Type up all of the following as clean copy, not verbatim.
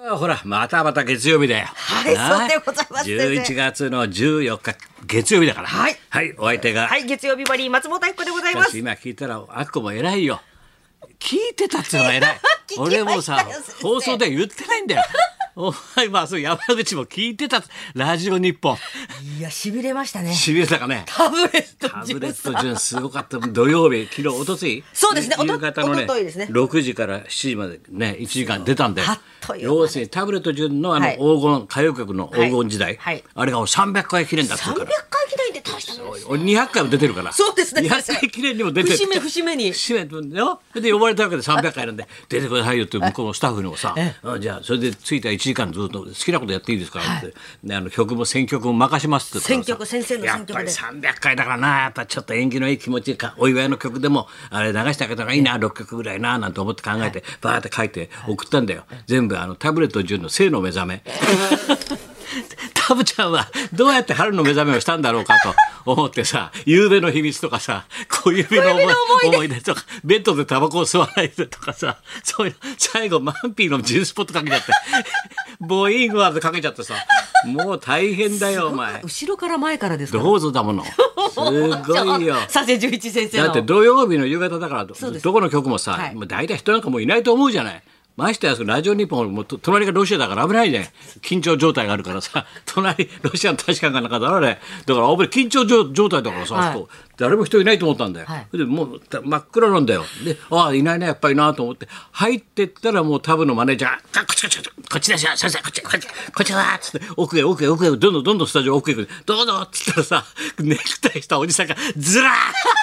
ほら、また月曜日だよ。 はい、そうでございます。 11月の14日、月曜日だから。 はい。 はい、お相手が。 はい、月曜日バリー松本明子でございます。 今聞いたら、あっこも偉いよ。聞いてたってのが偉い。俺もさ、放送で言ってないんだよ。お前、まあ、そう、山口も聞いてた。ラジオ日本。 いや、痺れましたね。 痺れたかね。 タブレット順すごかった。土曜日、昨日、おとつい。 そうですね。 夕方のね、6時から7時までね、1時間出たんで。要するにタブレット順の黄金、歌謡曲の黄金時代。あれが300回記念だったから。 300回記念で大したのです。 俺200回も出てるから。 そうですね。 200回記念にも出てる。 節目に。 節目よ。で、呼ばれたわけで300回なんで、出てくださいよって向こうのスタッフにもさ、じゃあ、それで着いた1時間ずっと好きなことやっていいですからって、曲も選曲も任しますって選曲、先生の選曲で。 やっぱり300回だからな、やっぱちょっと縁起のいい気持ちか、お祝いの曲でも、あれ流してあげた方がいいな、6曲ぐらいな、なんて思って考えて、バーって書いて送ったんだよ。全部タブレット順の生の目覚め。タブちゃんはどうやって春の目覚めをしたんだろうかと思ってさ、夕べの秘密とかさ、小指の思い出とか、ベッドでタバコを吸わないでとかさ、そういう最後マンピーのジュースポットかけちゃってボーイングワードかけちゃってさ、もう大変だよお前。 後ろから前からですか。 どうぞだもの。すごいよ。 佐世十一先生の。 だって土曜日の夕方だから、どこの曲もさ、もう大体人なんかもういないと思うじゃない。ましてやラジオ日本も隣がロシアだから危ないね。緊張状態があるからさ、隣ロシアの大使館がなんかだろね。だから俺緊張状態だからさ、誰も人いないと思ったんだよ。でもう真っ暗なんだよ。で、ああいないねやっぱりなと思って入ってったら、もうタブのマネージャー、こっちですよ先生、こっちだっつって奥へどんどんスタジオ奥へ行く。どうぞっつったらさ、ネクタイしたおじさんがずら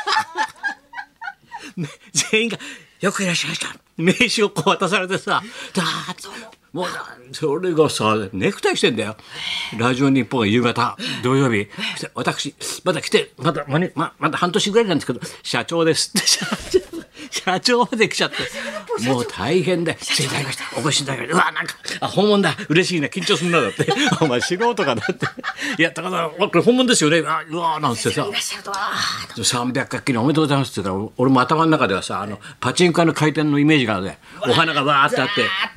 ー全員がよくいらっしゃいました。名刺をこう渡されてさ、だーっともうそれがさ、ネクタイしてんだよ。ラジオ日本が夕方土曜日、私まだ来てまだ半年ぐらいなんですけど、社長ですって社長まで来ちゃって、もう大変で、失礼いただきました、お越しいただきました、うわなんか本物だ、嬉しいね、緊張するなだってお前素人かなって、いやだからこれ本物ですよね、うわなんてさ、300回記念おめでとうございますって言ったら、俺も頭の中ではさ、パチンコ屋の回転のイメージがあるね、お花がわーってあって、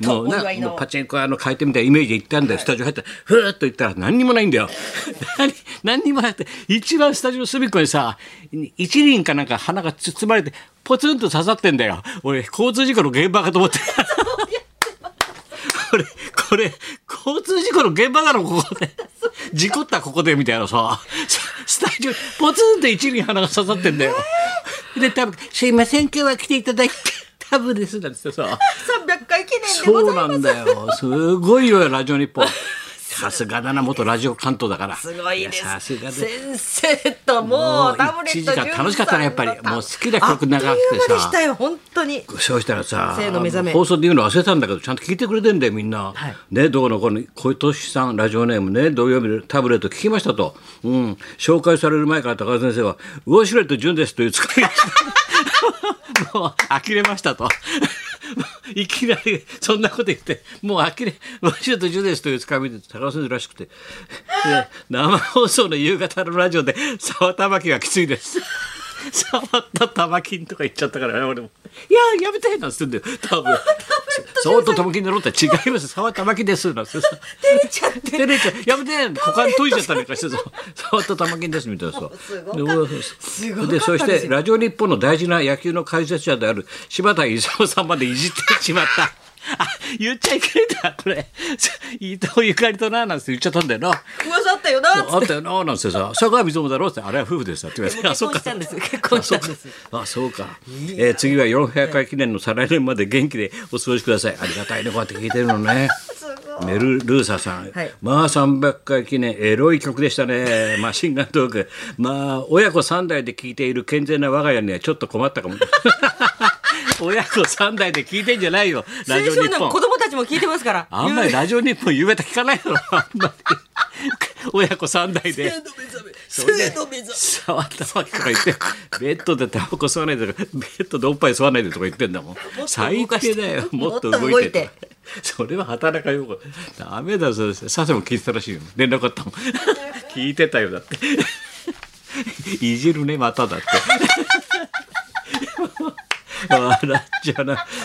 もうパチンコ屋の回転みたいなイメージで行ったんだよ。スタジオ入ってふーっと行ったら何にもないんだよ何にもなくて、一番スタジオの隅っこにさ、一輪かなんか花が包まれてポツンと刺さってんだよ。俺交通事故の現場かと思ってこれ交通事故の現場だろここで事故ったここでみたいなさ、スタジオポツンと一輪花が刺さってんだよ。で多分すいません今日は来ていただいてタブですなんてさ、 300回記念でございます。 そうなんだよ。すごいよラジオ日本。さすがだな、元ラジオ関東だから。 すごいです。 さすがで。 先生ともうタブレット 1時間楽しかったねやっぱり。もう好きな曲長くてさ。あっという間でしたよ本当に。 そうしたらさ、 放送で言うの忘れたんだけど、ちゃんと聞いてくれてんだよみんな。ね、どこのこの小年さんラジオネームね、土曜日のタブレット聞きましたと。紹介される前から高田先生はウォシュレット純ですという使い方。もう呆れましたと。いきなりそんなこと言ってもう呆れ、ウォシュレット純ですというつかみで高田先生らしくて、生放送の夕方のラジオで沢田巻がきついです。触った玉金とか言っちゃったから、俺もいややめてなんつってんだよ多分。触った玉金だろって違います、触った玉金ですなんつってさ、照れちゃってやめて股間研いちゃったりかしてさ、触った玉金ですみたいなさ。でそしてラジオ日本の大事な野球の解説者である柴田勲さんまでいじってしまった。言っちゃいけないんだこれ、伊藤ゆかりとななんて言っちゃったんだよな。 噂あったよなっつって。 あったよななんてさ、坂上友だろって、あれは夫婦ですって言われて、 結婚したんです。結婚したんです。 あ、そうか。次は400回記念の再来年まで元気でお過ごしください。ありがたいねこうやって聞いてるのね。メルルーサさん、まあ300回記念エロい曲でしたね。マシンガントーク、まあ親子3代で聴いている健全な我が家にはちょっと困ったかも。親子3代で聞いてんじゃないよラジオ日本。 子供たちも聞いてますから。 あんまりラジオ日本夕方聞かないだろあんまり。親子3代で触ったわけとか言って、ベッドでタバコ吸わないでとか、ベッドでおっぱい吸わないでとか言ってんだもん。最低だよ。もっと動いて。それは働かよくダメだぞ。サセも聞いてたらしいよ。連絡あったもん。聞いてたよだって。いじるねまただって。笑っちゃうな。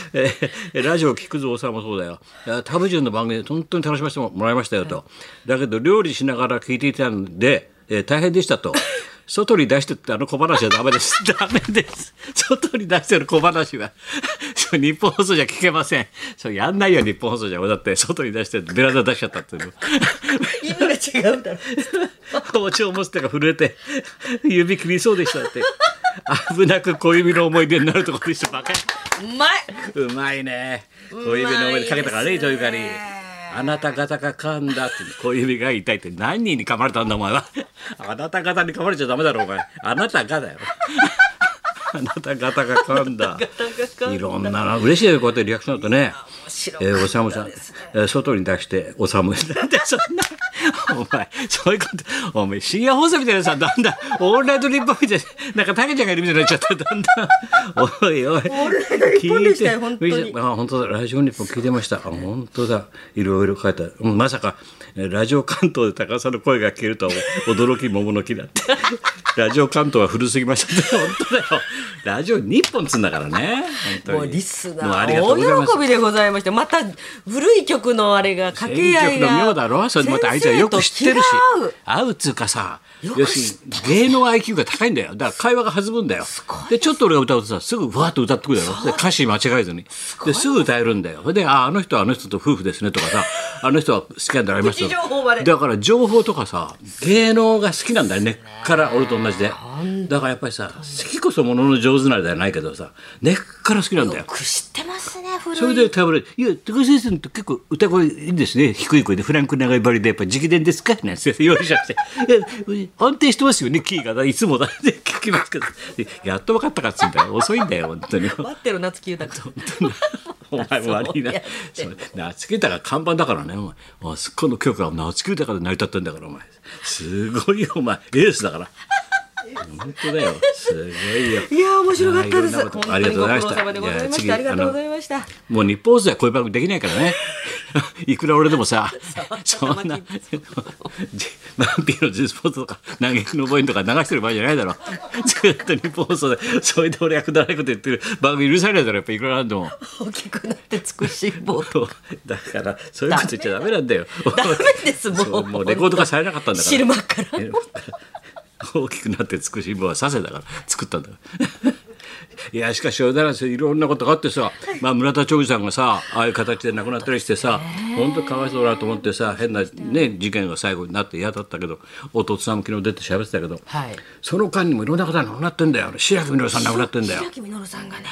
ラジオ聞くぞさんもそうだよ。タブジュンの番組本当に楽しませてもらいましたよと。だけど料理しながら聞いていたんで、大変でしたと。外に出してって小話はダメです。ダメです。外に出してる小話は日本放送じゃ聞けません。そうやんないよ日本放送じゃ。だって外に出してベランダ出しちゃったっていうの。 意味が違うんだろう。 包丁持つ手が震えて指切りそうでしたって。危なく小指の思い出になるところでした。バカ。 うまい。 うまいね。小指の思い出かけたからね、糸ゆかり。あなた方が噛んだって小指が痛いって何人に噛まれたんだお前は。あなた方に噛まれちゃダメだろお前。あなたがだよ。あなた方が噛んだ。いろんなの嬉しいよこうやってリアクションだとね。おさむさん、外に出しておさむなんでそんなお前そういうことお前深夜放送みたいなさだんだんオールナイトニッポンみたいななんかタケちゃんがいるみたいになっちゃっただんだんおいおい聞いて本当に本当だラジオニッポン聞いてました本当だいろいろ書いてあるまさかラジオ関東で高さんの声が聞けるとは驚き桃の木だってラジオ関東は古すぎましたって本当だよラジオ日本つんだからね本当にもうリスナもうありーがとうございます大喜びでございましてまた古い曲のあれが掛け合い選曲の妙がだろそれでまたあいつはよく知ってるし先生と違う合うっつうかさ要するに芸能 IQ が高いんだよだから会話が弾むんだよでちょっと俺が歌うとさすぐふわっと歌ってくるだろで歌詞間違えずにですぐ歌えるんだよであの人はあの人と夫婦ですねとかさあの人はスキャンダルありましたプチ情報までだから情報とかさ芸能が好きなんだよ根っから俺と同じでだからやっぱりさ好きこそものの上手なれではないけどさ根っから好きなんだよよく知ってますね古いそれでタブレいや高橋先生って結構歌声いいんですね低い声でフランク長いバリでやっぱ直伝ですかなんて先生言われちゃっていや安定してますよねキーがいつもだって聞きますけどやっと分かったかっつうんだよ遅いんだよ本当に待ってる夏木豊お前も悪いな夏木豊が看板だからねお前そこの曲は夏木豊で成り立ってんだからお前すごいよお前エースだから本当だよすごいよいや面白かったです本当にご苦労様でございましたありがとうございましたもう日本放送はこういう番組できないからねいくら俺でもさそんなマンピーのジュースポーツとか嘆きのボインとか流してる場合じゃないだろずっと日本放送でそれで俺がくだらないこと言ってる番組許されないだろやっぱいくらなんでも大きくなってつくしんぼとだからそういうこと言っちゃダメなんだよダメですもうレコード化されなかったんだから汁真っから大きくなってつくしんぼはさせだから作ったんだからいやしかしいろんなことがあってさ、まあ、村田兆治さんがさああいう形で亡くなったりしてさ本当かわいそうだなと思ってさ変な、ね、事件が最後になって嫌だったけど弟さんも昨日出て喋ってたけど、 はい、 その間にもいろんな方が亡くなってんだよ白木稔さん亡くなってんだよ白木稔さんがね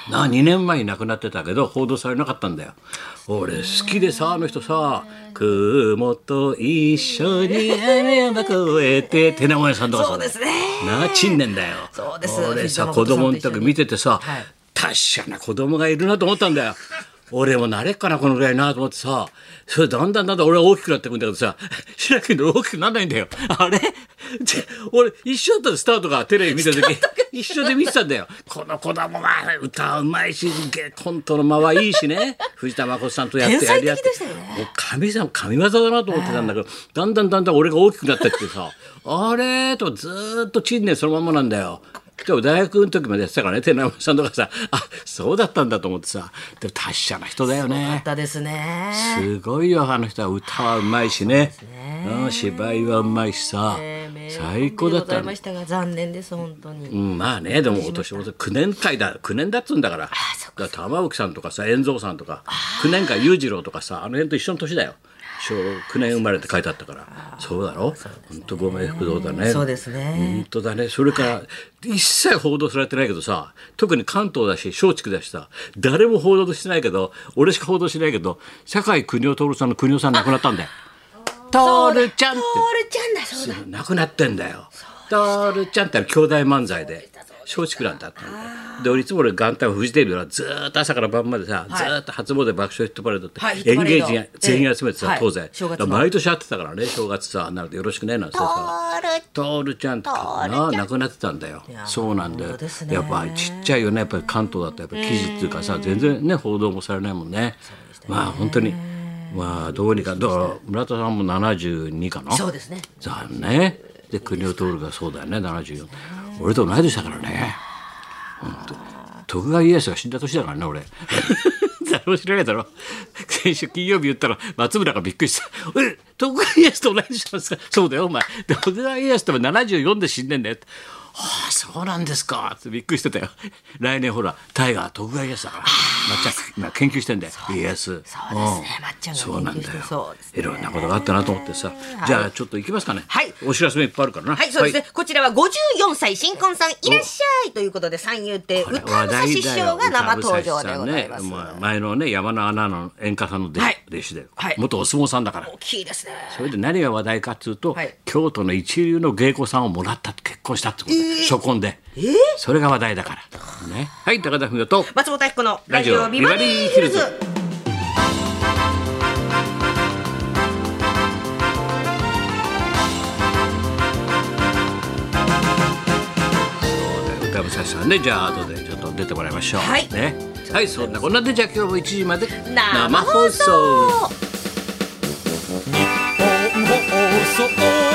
2年前に亡くなってたけど報道されなかったんだよ俺好きでさあの人さ雲と一緒に山越えて手名前さんとかさそうですね珍年だよそうです俺さ子供の時見ててさ、 はい、 達者な子供がいるなと思ったんだよ俺も慣れっかなこのぐらいなと思ってさそれだんだん俺は大きくなってくんだけどさ白木の大きくならないんだよあれ俺一緒だったのスタートがテレビ見た時一緒で見てたんだよこの子供が歌うまいしコントの間はいいしね藤田誠さんとやってやり合って天才的でしたよねもう神業だなと思ってたんだけどだんだん俺が大きくなってってさあれとずっと陳年そのままなんだよでも大学の時までやってたからね手名前さんとかさあそうだったんだと思ってさでも達者な人だよねよかったですねすごいよあの人は歌はうまいしね芝居はうまいしさ、最高だったございましたが残念です本当に、 まあねでもお年も9年会だ9年だっつうんだからだから玉置さんとかさ遠蔵さんとか9年会裕次郎とかさあの辺と一緒の年だよ昭和9年生まれって書いてあったからそうだろ本当ご冥福堂だねそうですね本当だねそれから一切報道されてないけどさ特に関東だし松竹だしさ誰も報道してないけど俺しか報道しないけど酒井邦夫徹さんの邦夫さん亡くなったんだよ徹ちゃんって徹ちゃんだそうだ亡くなってんだよ徹ちゃんって兄弟漫才で松竹なんだったんだよで俺いつも俺元旦フジテレビでずーっと朝から晩までさ、ずーっと初詣爆笑ヒットパレードって、演芸人全員集めてさ、東西毎年会ってたからね正月さなるとよろしくねなんてさ徹ちゃんって亡くなってたんだよそうなんだよやっぱちっちゃいよねやっぱり関東だとやっぱり記事っていうかさ全然ね報道もされないもんねまあ本当にまあどうにかだから村田さんも72かなそうですね残念で国を通るがそうだよね74俺と同い年だからね本当徳川家康が死んだ年だからね俺。誰も知らないだろ。先週金曜日言ったら松村がびっくりした。徳川家康と同じじゃないですか。そうだよお前。徳川家康って74で死んでんだよって。ああそうなんですかってびっくりしてたよ。来年ほら大河徳川家康だからまっちゃん今研究してんだよ家康。 そうですね、まっちゃんがそうなんだよそうですね。 いろんなことがあったなと思ってさ、じゃあちょっと行きますかね。 はいお知らせもいっぱいあるからな。 はい、そうですね。こちらは54歳新婚さんいらっしゃいということで、三遊亭歌武蔵師匠が生登場でございます。 前のね山の穴の演歌さんの弟子で、元お相撲さんだから。 大きいですね。 それで何が話題かっていうと、京都の一流の芸妓さんをもらったって結婚したってことで、初婚で、それが話題だからね。はい、高田文夫と松本明子のラジオビバリーヒルズ。 歌武蔵さんね、じゃあ後でちょっと出てもらいましょう。 はいね。はい、そんなこんなでじゃあ今日も1時まで生放送。 日本放送